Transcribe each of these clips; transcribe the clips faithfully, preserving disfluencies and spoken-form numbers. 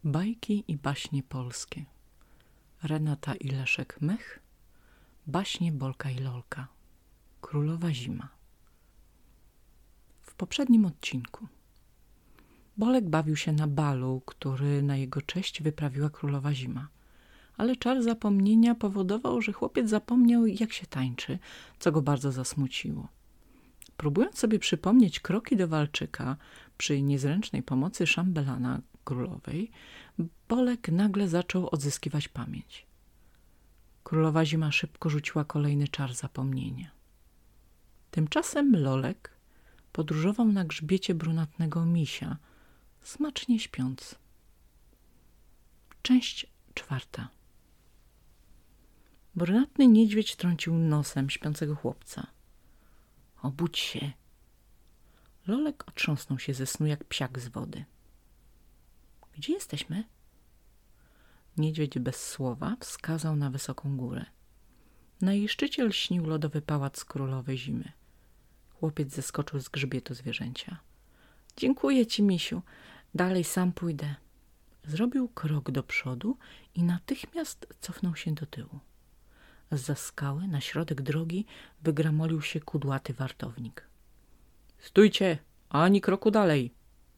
Bajki i baśnie polskie. Renata i Leszek Mech. Baśnie Bolka i Lolka. Królowa Zima. W poprzednim odcinku Bolek bawił się na balu, który na jego cześć wyprawiła królowa Zima. Ale czar zapomnienia powodował, że chłopiec zapomniał, jak się tańczy, co go bardzo zasmuciło. Próbując sobie przypomnieć kroki do walczyka przy niezręcznej pomocy szambelana królowej, Bolek nagle zaczął odzyskiwać pamięć. Królowa Zima szybko rzuciła kolejny czar zapomnienia. Tymczasem Lolek podróżował na grzbiecie brunatnego misia, smacznie śpiąc. Część czwarta. Brunatny niedźwiedź trącił nosem śpiącego chłopca. Obudź się. Lolek otrząsnął się ze snu jak psiak z wody. Gdzie jesteśmy? Niedźwiedź bez słowa wskazał na wysoką górę. Na jej szczycie lśnił lodowy pałac królowej Zimy. Chłopiec zeskoczył z grzbietu zwierzęcia. Dziękuję ci, misiu. Dalej sam pójdę. Zrobił krok do przodu i natychmiast cofnął się do tyłu. Zza skały na środek drogi wygramolił się kudłaty wartownik. Stójcie, ani kroku dalej.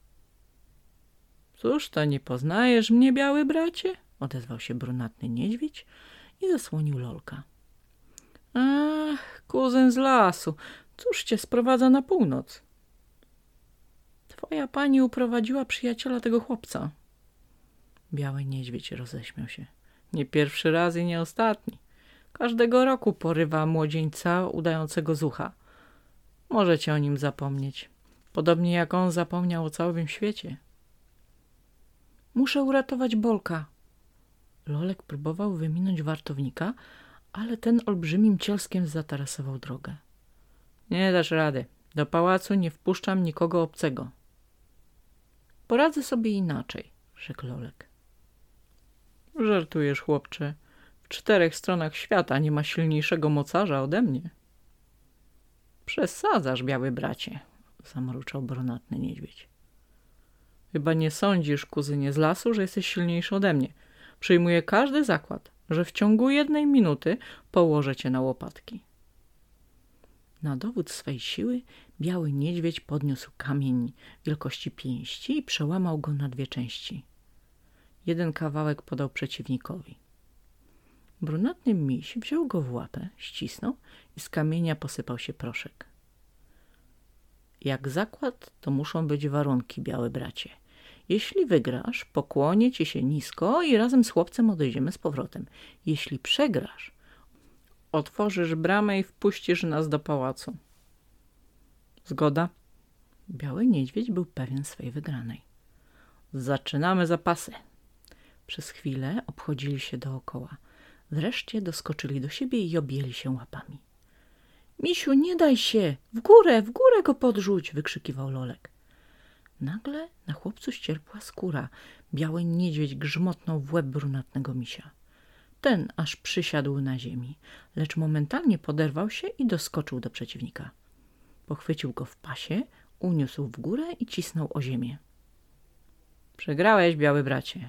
Cóż to, nie poznajesz mnie, biały bracie? Odezwał się brunatny niedźwiedź i zasłonił Lolka. Ach, kuzyn z lasu, cóż cię sprowadza na północ? Twoja pani uprowadziła przyjaciela tego chłopca. Biały niedźwiedź roześmiał się. Nie pierwszy raz i nie ostatni. Każdego roku porywa młodzieńca udającego zucha. Możecie o nim zapomnieć, podobnie jak on zapomniał o całym świecie. Muszę uratować Bolka. Lolek próbował wyminąć wartownika, ale ten olbrzymim cielskiem zatarasował drogę. Nie dasz rady. Do pałacu nie wpuszczam nikogo obcego. Poradzę sobie inaczej, rzekł Lolek. Żartujesz, chłopcze. W czterech stronach świata nie ma silniejszego mocarza ode mnie. Przesadzasz, biały bracie, zamruczał brunatny niedźwiedź. Chyba nie sądzisz, kuzynie z lasu, że jesteś silniejszy ode mnie. Przyjmuję każdy zakład, że w ciągu jednej minuty położę cię na łopatki. Na dowód swej siły biały niedźwiedź podniósł kamień wielkości pięści i przełamał go na dwie części. Jeden kawałek podał przeciwnikowi. Brunatny miś wziął go w łapę, ścisnął i z kamienia posypał się proszek. Jak zakład, to muszą być warunki, biały bracie. Jeśli wygrasz, pokłonię ci się nisko i razem z chłopcem odejdziemy z powrotem. Jeśli przegrasz, otworzysz bramę i wpuścisz nas do pałacu. Zgoda? Biały niedźwiedź był pewien swej wygranej. Zaczynamy zapasy. Przez chwilę obchodzili się dookoła. Wreszcie doskoczyli do siebie i objęli się łapami. Misiu, nie daj się! W górę, w górę go podrzuć! Wykrzykiwał Lolek. Nagle na chłopcu ścierpła skóra. Biały niedźwiedź grzmotnął w łeb brunatnego misia. Ten aż przysiadł na ziemi, lecz momentalnie poderwał się i doskoczył do przeciwnika. Pochwycił go w pasie, uniósł w górę i cisnął o ziemię. Przegrałeś, biały bracie.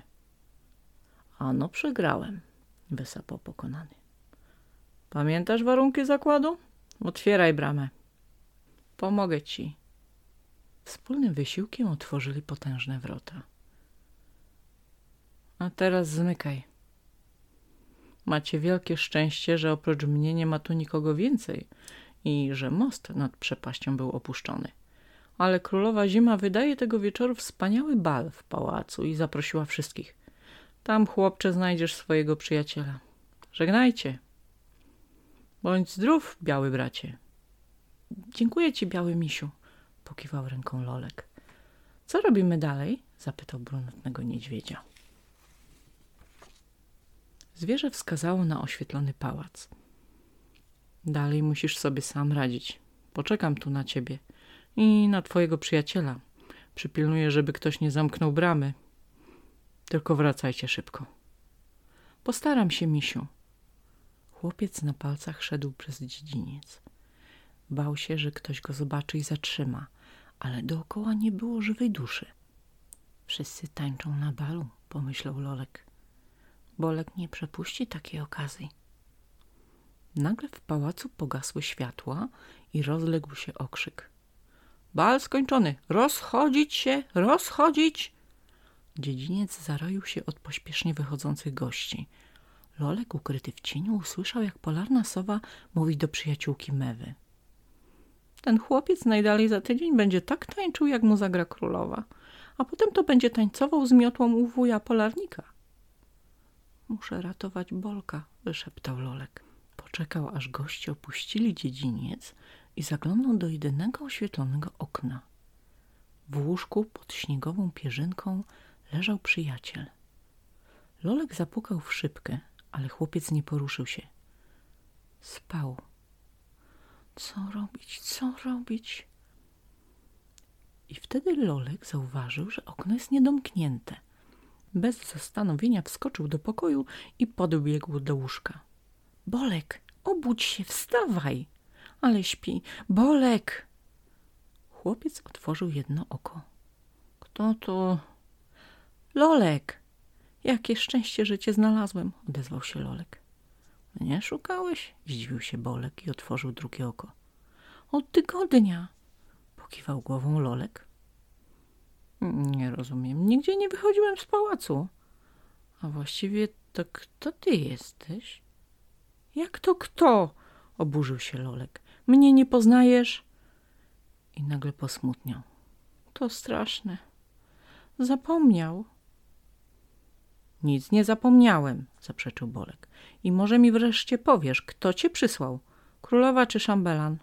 Ano, przegrałem, wysapał pokonany. Pamiętasz warunki zakładu? Otwieraj bramę. Pomogę ci. Wspólnym wysiłkiem otworzyli potężne wrota. A teraz zmykaj. Macie wielkie szczęście, że oprócz mnie nie ma tu nikogo więcej i że most nad przepaścią był opuszczony. Ale królowa Zima wydaje tego wieczoru wspaniały bal w pałacu i zaprosiła wszystkich. Tam, chłopcze, znajdziesz swojego przyjaciela. Żegnajcie. Bądź zdrów, biały bracie. Dziękuję ci, biały misiu, pokiwał ręką Lolek. Co robimy dalej? Zapytał brunatnego niedźwiedzia. Zwierzę wskazało na oświetlony pałac. Dalej musisz sobie sam radzić. Poczekam tu na ciebie i na twojego przyjaciela. Przypilnuję, żeby ktoś nie zamknął bramy. Tylko wracajcie szybko. Postaram się, misiu. Chłopiec na palcach szedł przez dziedziniec. Bał się, że ktoś go zobaczy i zatrzyma, ale dookoła nie było żywej duszy. Wszyscy tańczą na balu, pomyślał Lolek. Bolek nie przepuści takiej okazji. Nagle w pałacu pogasły światła i rozległ się okrzyk. Bal skończony! Rozchodzić się! Rozchodzić! Dziedziniec zaroił się od pośpiesznie wychodzących gości. Lolek, ukryty w cieniu, usłyszał, jak polarna sowa mówi do przyjaciółki Mewy. Ten chłopiec najdalej za tydzień będzie tak tańczył, jak mu zagra królowa, a potem to będzie tańcował z miotłą u wuja polarnika. Muszę ratować Bolka, wyszeptał Lolek. Poczekał, aż goście opuścili dziedziniec i zaglądnął do jedynego oświetlonego okna. W łóżku pod śniegową pierzynką leżał przyjaciel. Lolek zapukał w szybkę, ale chłopiec nie poruszył się. Spał. Co robić, co robić? I wtedy Lolek zauważył, że okno jest niedomknięte. Bez zastanowienia wskoczył do pokoju i podbiegł do łóżka. Bolek, obudź się, wstawaj! Ale śpi. Bolek! Chłopiec otworzył jedno oko. Kto to? Lolek! Jakie szczęście, że cię znalazłem, odezwał się Lolek. Nie szukałeś? Zdziwił się Bolek i otworzył drugie oko. Od tygodnia, pokiwał głową Lolek. Nie rozumiem, nigdzie nie wychodziłem z pałacu. A właściwie to kto ty jesteś? Jak to kto? Oburzył się Lolek. Mnie nie poznajesz? I nagle posmutniał. To straszne. Zapomniał. Nic nie zapomniałem, zaprzeczył Bolek. I może mi wreszcie powiesz, kto cię przysłał? Królowa czy szambelan?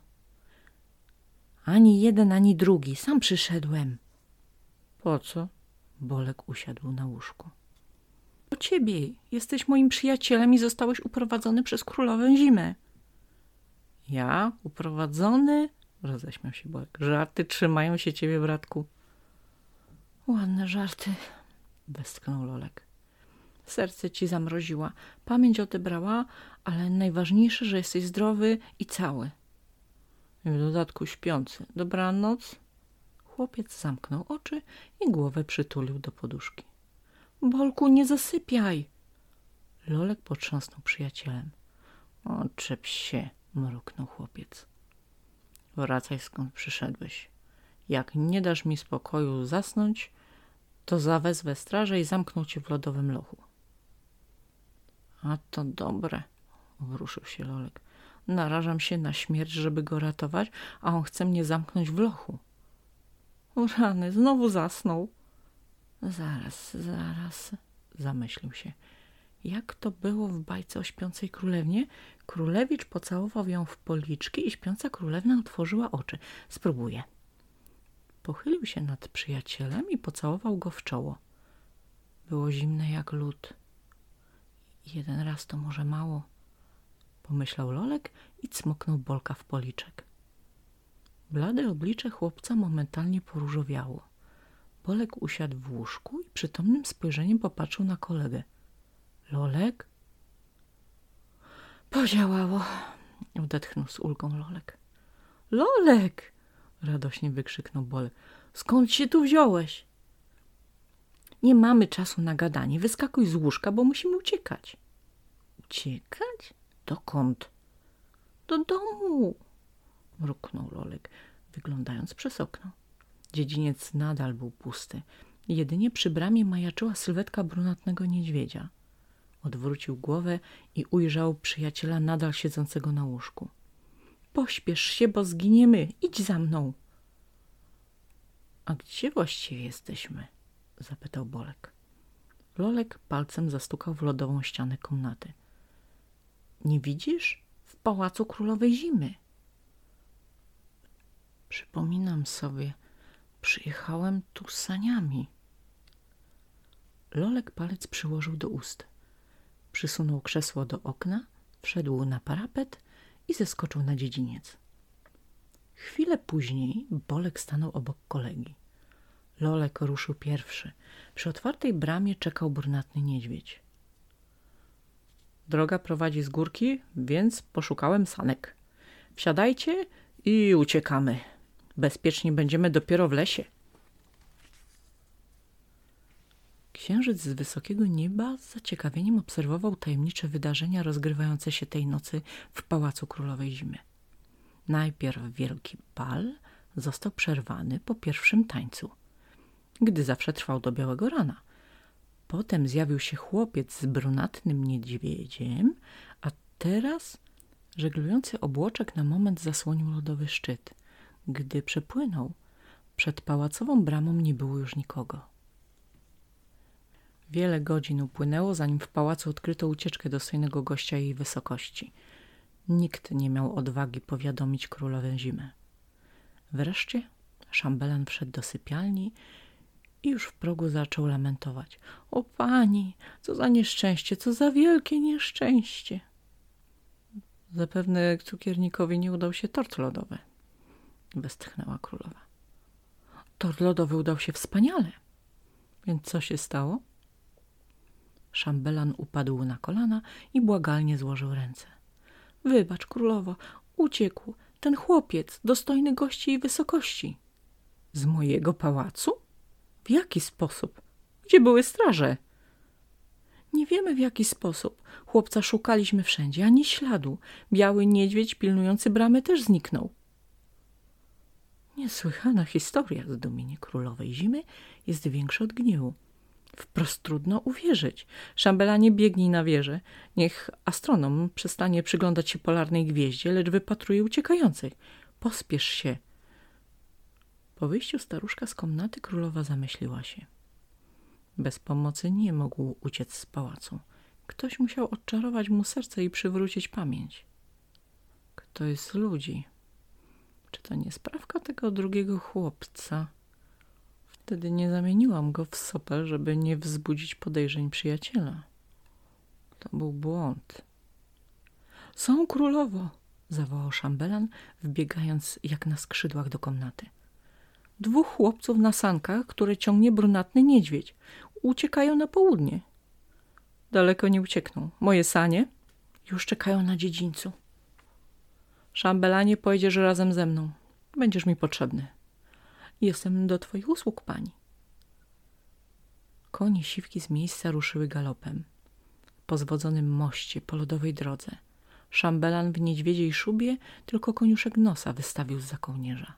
Ani jeden, ani drugi. Sam przyszedłem. Po co? Bolek usiadł na łóżku. Po ciebie. Jesteś moim przyjacielem i zostałeś uprowadzony przez królowę Zimę. Ja? Uprowadzony? Roześmiał się Bolek. Żarty trzymają się ciebie, bratku. Ładne żarty, westchnął Lolek. Serce ci zamroziła, pamięć odebrała, ale najważniejsze, że jesteś zdrowy i cały. I w dodatku śpiący. Dobranoc. Chłopiec zamknął oczy i głowę przytulił do poduszki. Bolku, nie zasypiaj. Lolek potrząsnął przyjacielem. Oczep się, mruknął chłopiec. Wracaj, skąd przyszedłeś. Jak nie dasz mi spokoju zasnąć, to zawezwę strażę i zamknął cię w lodowym lochu. A to dobre, wruszył się Lolek. Narażam się na śmierć, żeby go ratować, a on chce mnie zamknąć w lochu. O rany, znowu zasnął. Zaraz, zaraz, zamyślił się. Jak to było w bajce o śpiącej królewnie? Królewicz pocałował ją w policzki i śpiąca królewna otworzyła oczy. Spróbuję. Pochylił się nad przyjacielem i pocałował go w czoło. Było zimne jak lód. Jeden raz to może mało, pomyślał Lolek i cmoknął Bolka w policzek. Blade oblicze chłopca momentalnie poróżowiało. Bolek usiadł w łóżku i przytomnym spojrzeniem popatrzył na kolegę. Lolek? Podziałało, odetchnął z ulgą Lolek. Lolek! Radośnie wykrzyknął Bolek. Skąd się tu wziąłeś? Nie mamy czasu na gadanie. Wyskakuj z łóżka, bo musimy uciekać. Uciekać? Dokąd? Do domu, mruknął Lolek, wyglądając przez okno. Dziedziniec nadal był pusty. Jedynie przy bramie majaczyła sylwetka brunatnego niedźwiedzia. Odwrócił głowę i ujrzał przyjaciela nadal siedzącego na łóżku. Pośpiesz się, bo zginiemy. Idź za mną. A gdzie właściwie jesteśmy? Zapytał Bolek. Lolek palcem zastukał w lodową ścianę komnaty. Nie widzisz? W pałacu królowej Zimy. Przypominam sobie, przyjechałem tu z saniami. Lolek palec przyłożył do ust. Przysunął krzesło do okna, wszedł na parapet i zeskoczył na dziedziniec. Chwilę później Bolek stanął obok kolegi. Lolek ruszył pierwszy. Przy otwartej bramie czekał brunatny niedźwiedź. Droga prowadzi z górki, więc poszukałem sanek. Wsiadajcie i uciekamy. Bezpiecznie będziemy dopiero w lesie. Księżyc z wysokiego nieba z zaciekawieniem obserwował tajemnicze wydarzenia rozgrywające się tej nocy w Pałacu Królowej Zimy. Najpierw wielki bal został przerwany po pierwszym tańcu, gdy zawsze trwał do białego rana. Potem zjawił się chłopiec z brunatnym niedźwiedziem, a teraz żeglujący obłoczek na moment zasłonił lodowy szczyt. Gdy przepłynął, przed pałacową bramą nie było już nikogo. Wiele godzin upłynęło, zanim w pałacu odkryto ucieczkę dostojnego gościa jej wysokości. Nikt nie miał odwagi powiadomić królowę Zimy. Wreszcie szambelan wszedł do sypialni i już w progu zaczął lamentować. O pani, co za nieszczęście, co za wielkie nieszczęście. Zapewne cukiernikowi nie udał się tort lodowy, westchnęła królowa. Tort lodowy udał się wspaniale. Więc co się stało? Szambelan upadł na kolana i błagalnie złożył ręce. Wybacz, królowo, uciekł ten chłopiec, dostojny gości jej wysokości. Z mojego pałacu? W jaki sposób? Gdzie były straże? Nie wiemy w jaki sposób. Chłopca szukaliśmy wszędzie, ani śladu. Biały niedźwiedź pilnujący bramy też zniknął. Niesłychana historia. Zdumienie królowej Zimy jest większe od gniewu. Wprost trudno uwierzyć. Szambelanie, biegnij na wieżę. Niech astronom przestanie przyglądać się polarnej gwieździe, lecz wypatruje uciekających. Pospiesz się. Po wyjściu staruszka z komnaty królowa zamyśliła się. Bez pomocy nie mógł uciec z pałacu. Ktoś musiał odczarować mu serce i przywrócić pamięć. Kto jest z ludzi? Czy to nie sprawka tego drugiego chłopca? Wtedy nie zamieniłam go w sopel, żeby nie wzbudzić podejrzeń przyjaciela. To był błąd. Są, królowo! Zawołał szambelan, wbiegając jak na skrzydłach do komnaty. Dwóch chłopców na sankach, które ciągnie brunatny niedźwiedź. Uciekają na południe. Daleko nie uciekną. Moje sanie już czekają na dziedzińcu. Szambelanie, pojedziesz razem ze mną. Będziesz mi potrzebny. Jestem do twoich usług, pani. Konie siwki z miejsca ruszyły galopem. Po zwodzonym moście, po lodowej drodze. Szambelan w niedźwiedziej szubie tylko koniuszek nosa wystawił zza kołnierza.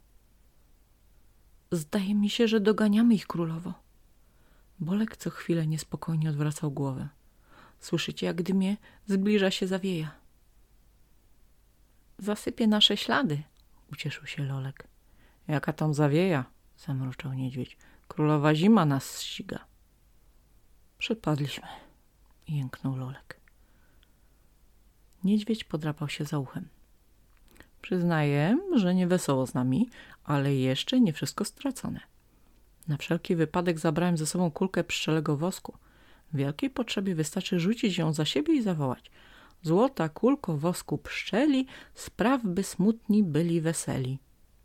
Zdaje mi się, że doganiamy ich, królowo. Bolek co chwilę niespokojnie odwracał głowę. Słyszycie, jak dymie? Zbliża się zawieja. Zasypie nasze ślady, ucieszył się Lolek. Jaka tam zawieja? Zamruczał niedźwiedź. Królowa Zima nas ściga. Przepadliśmy, jęknął Lolek. Niedźwiedź podrapał się za uchem. Przyznaję, że nie wesoło z nami, ale jeszcze nie wszystko stracone. Na wszelki wypadek zabrałem ze sobą kulkę pszczelego wosku. W wielkiej potrzebie wystarczy rzucić ją za siebie i zawołać. Złota kulko wosku pszczeli, spraw by smutni byli weseli.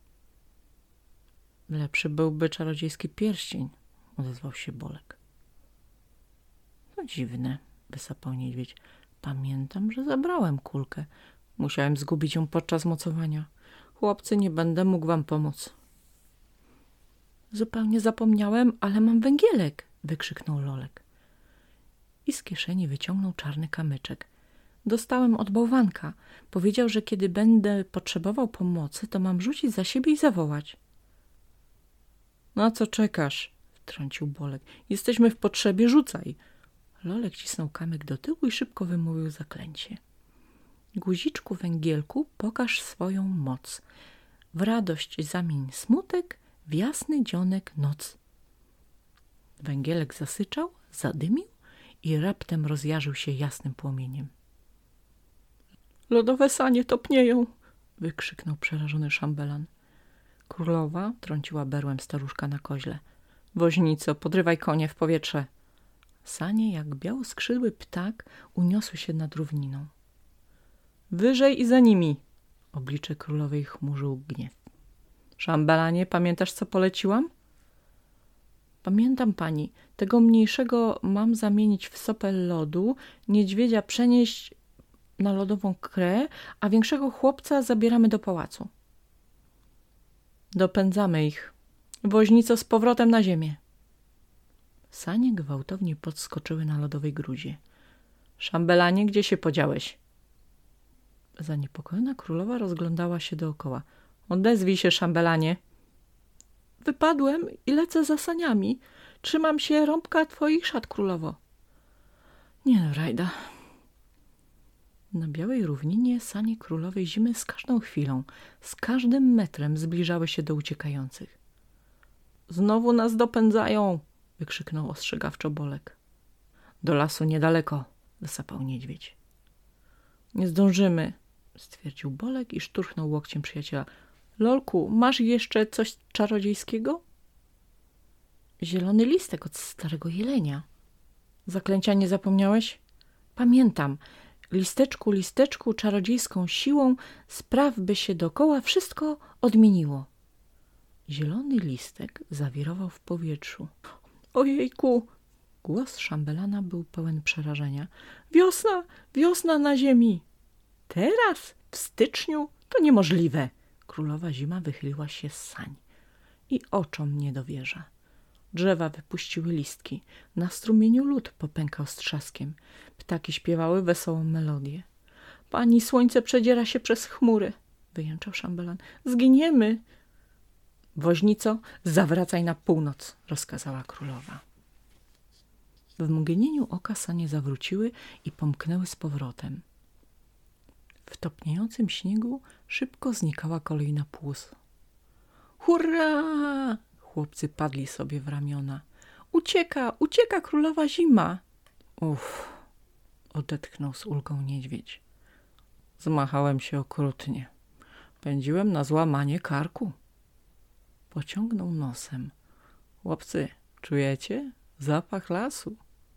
Lepszy byłby czarodziejski pierścień, odezwał się Bolek. No dziwne, wysapał niedźwiedź. Pamiętam, że zabrałem kulkę. Musiałem zgubić ją podczas mocowania. Chłopcy, nie będę mógł wam pomóc. Zupełnie zapomniałem, ale mam węgielek, wykrzyknął Lolek. I z kieszeni wyciągnął czarny kamyczek. Dostałem od bałwanka. Powiedział, że kiedy będę potrzebował pomocy, to mam rzucić za siebie i zawołać. Na co czekasz? Wtrącił Bolek. Jesteśmy w potrzebie, rzucaj. Lolek cisnął kamyk do tyłu i szybko wymówił zaklęcie. Guziczku węgielku, pokaż swoją moc. W radość zamień smutek, w jasny dzionek noc. Węgielek zasyczał, zadymił i raptem rozjarzył się jasnym płomieniem. Lodowe sanie topnieją, wykrzyknął przerażony szambelan. Królowa trąciła berłem staruszka na koźle. Woźnico, podrywaj konie w powietrze. Sanie, jak białoskrzydły ptak, uniosły się nad równiną. Wyżej i za nimi! Oblicze królowej chmurzył gniew. Szambelanie, pamiętasz, co poleciłam? Pamiętam, pani. Tego mniejszego mam zamienić w sopel lodu, niedźwiedzia przenieść na lodową krę, a większego chłopca zabieramy do pałacu. Dopędzamy ich. Woźnico, z powrotem na ziemię. Sanie gwałtownie podskoczyły na lodowej gruzie. Szambelanie, gdzie się podziałeś? Zaniepokojona królowa rozglądała się dookoła. Odezwij się, szambelanie. Wypadłem i lecę za saniami. Trzymam się rąbka twoich szat, królowo. Nie no, Rajda. Na białej równinie sanie królowej zimy z każdą chwilą, z każdym metrem zbliżały się do uciekających. Znowu nas dopędzają, wykrzyknął ostrzegawczo Bolek. Do lasu niedaleko, wysapał niedźwiedź. Nie zdążymy, stwierdził Bolek i szturchnął łokciem przyjaciela. Lolku, masz jeszcze coś czarodziejskiego? Zielony listek od starego jelenia. Zaklęcia nie zapomniałeś? Pamiętam. Listeczku, listeczku, czarodziejską siłą spraw, by się dokoła wszystko odmieniło. Zielony listek zawirował w powietrzu. Ojejku! Głos szambelana był pełen przerażenia. Wiosna! Wiosna na ziemi! Teraz? W styczniu? To niemożliwe! Królowa zima wychyliła się z sań i oczom nie dowierza. Drzewa wypuściły listki. Na strumieniu lód popękał z trzaskiem. Ptaki śpiewały wesołą melodię. Pani słońce przedziera się przez chmury, wyjęczał szambelan. Zginiemy! Woźnico, zawracaj na północ, rozkazała królowa. W mgnieniu oka sanie zawróciły i pomknęły z powrotem. W topniejącym śniegu szybko znikała kolejna płóz. Hurra! Chłopcy padli sobie w ramiona. Ucieka, ucieka królowa zima. Uff, odetchnął z ulgą niedźwiedź. Zmachałem się okrutnie. Pędziłem na złamanie karku. Pociągnął nosem. Chłopcy, czujecie? Zapach lasu.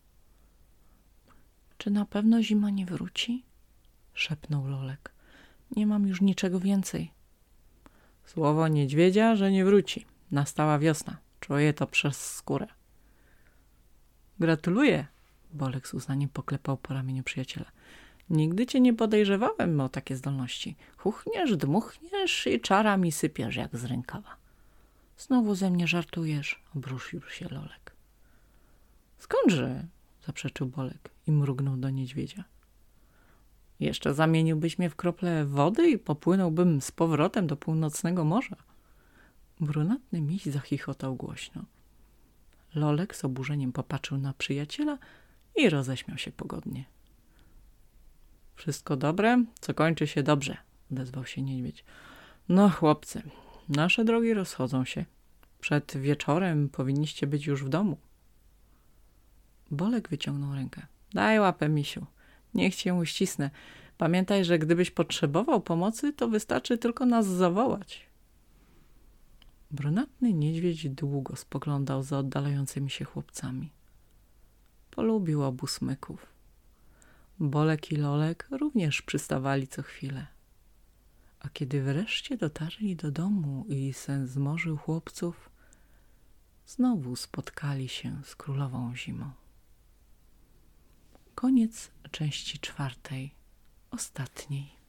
Czy na pewno zima nie wróci? Szepnął Lolek. Nie mam już niczego więcej. Słowo niedźwiedzia, że nie wróci. Nastała wiosna. Czuję to przez skórę. Gratuluję. Bolek z uznaniem poklepał po ramieniu przyjaciela. Nigdy cię nie podejrzewałem o takie zdolności. Chuchniesz, dmuchniesz i czara mi sypiesz jak z rękawa. Znowu ze mnie żartujesz, obruszył się Lolek. Skądże? Zaprzeczył Bolek i mrugnął do niedźwiedzia. Jeszcze zamieniłbyś mnie w krople wody i popłynąłbym z powrotem do północnego morza. Brunatny miś zachichotał głośno. Lolek z oburzeniem popatrzył na przyjaciela i roześmiał się pogodnie. Wszystko dobre, co kończy się dobrze, odezwał się niedźwiedź. No chłopcy, nasze drogi rozchodzą się. Przed wieczorem powinniście być już w domu. Bolek wyciągnął rękę. Daj łapę, misiu. Niech cię uścisnę. Pamiętaj, że gdybyś potrzebował pomocy, to wystarczy tylko nas zawołać. Brunatny niedźwiedź długo spoglądał za oddalającymi się chłopcami. Polubił obu smyków. Bolek i Lolek również przystawali co chwilę. A kiedy wreszcie dotarli do domu i sen zmorzył chłopców, znowu spotkali się z królową zimą. Koniec części czwartej, ostatniej.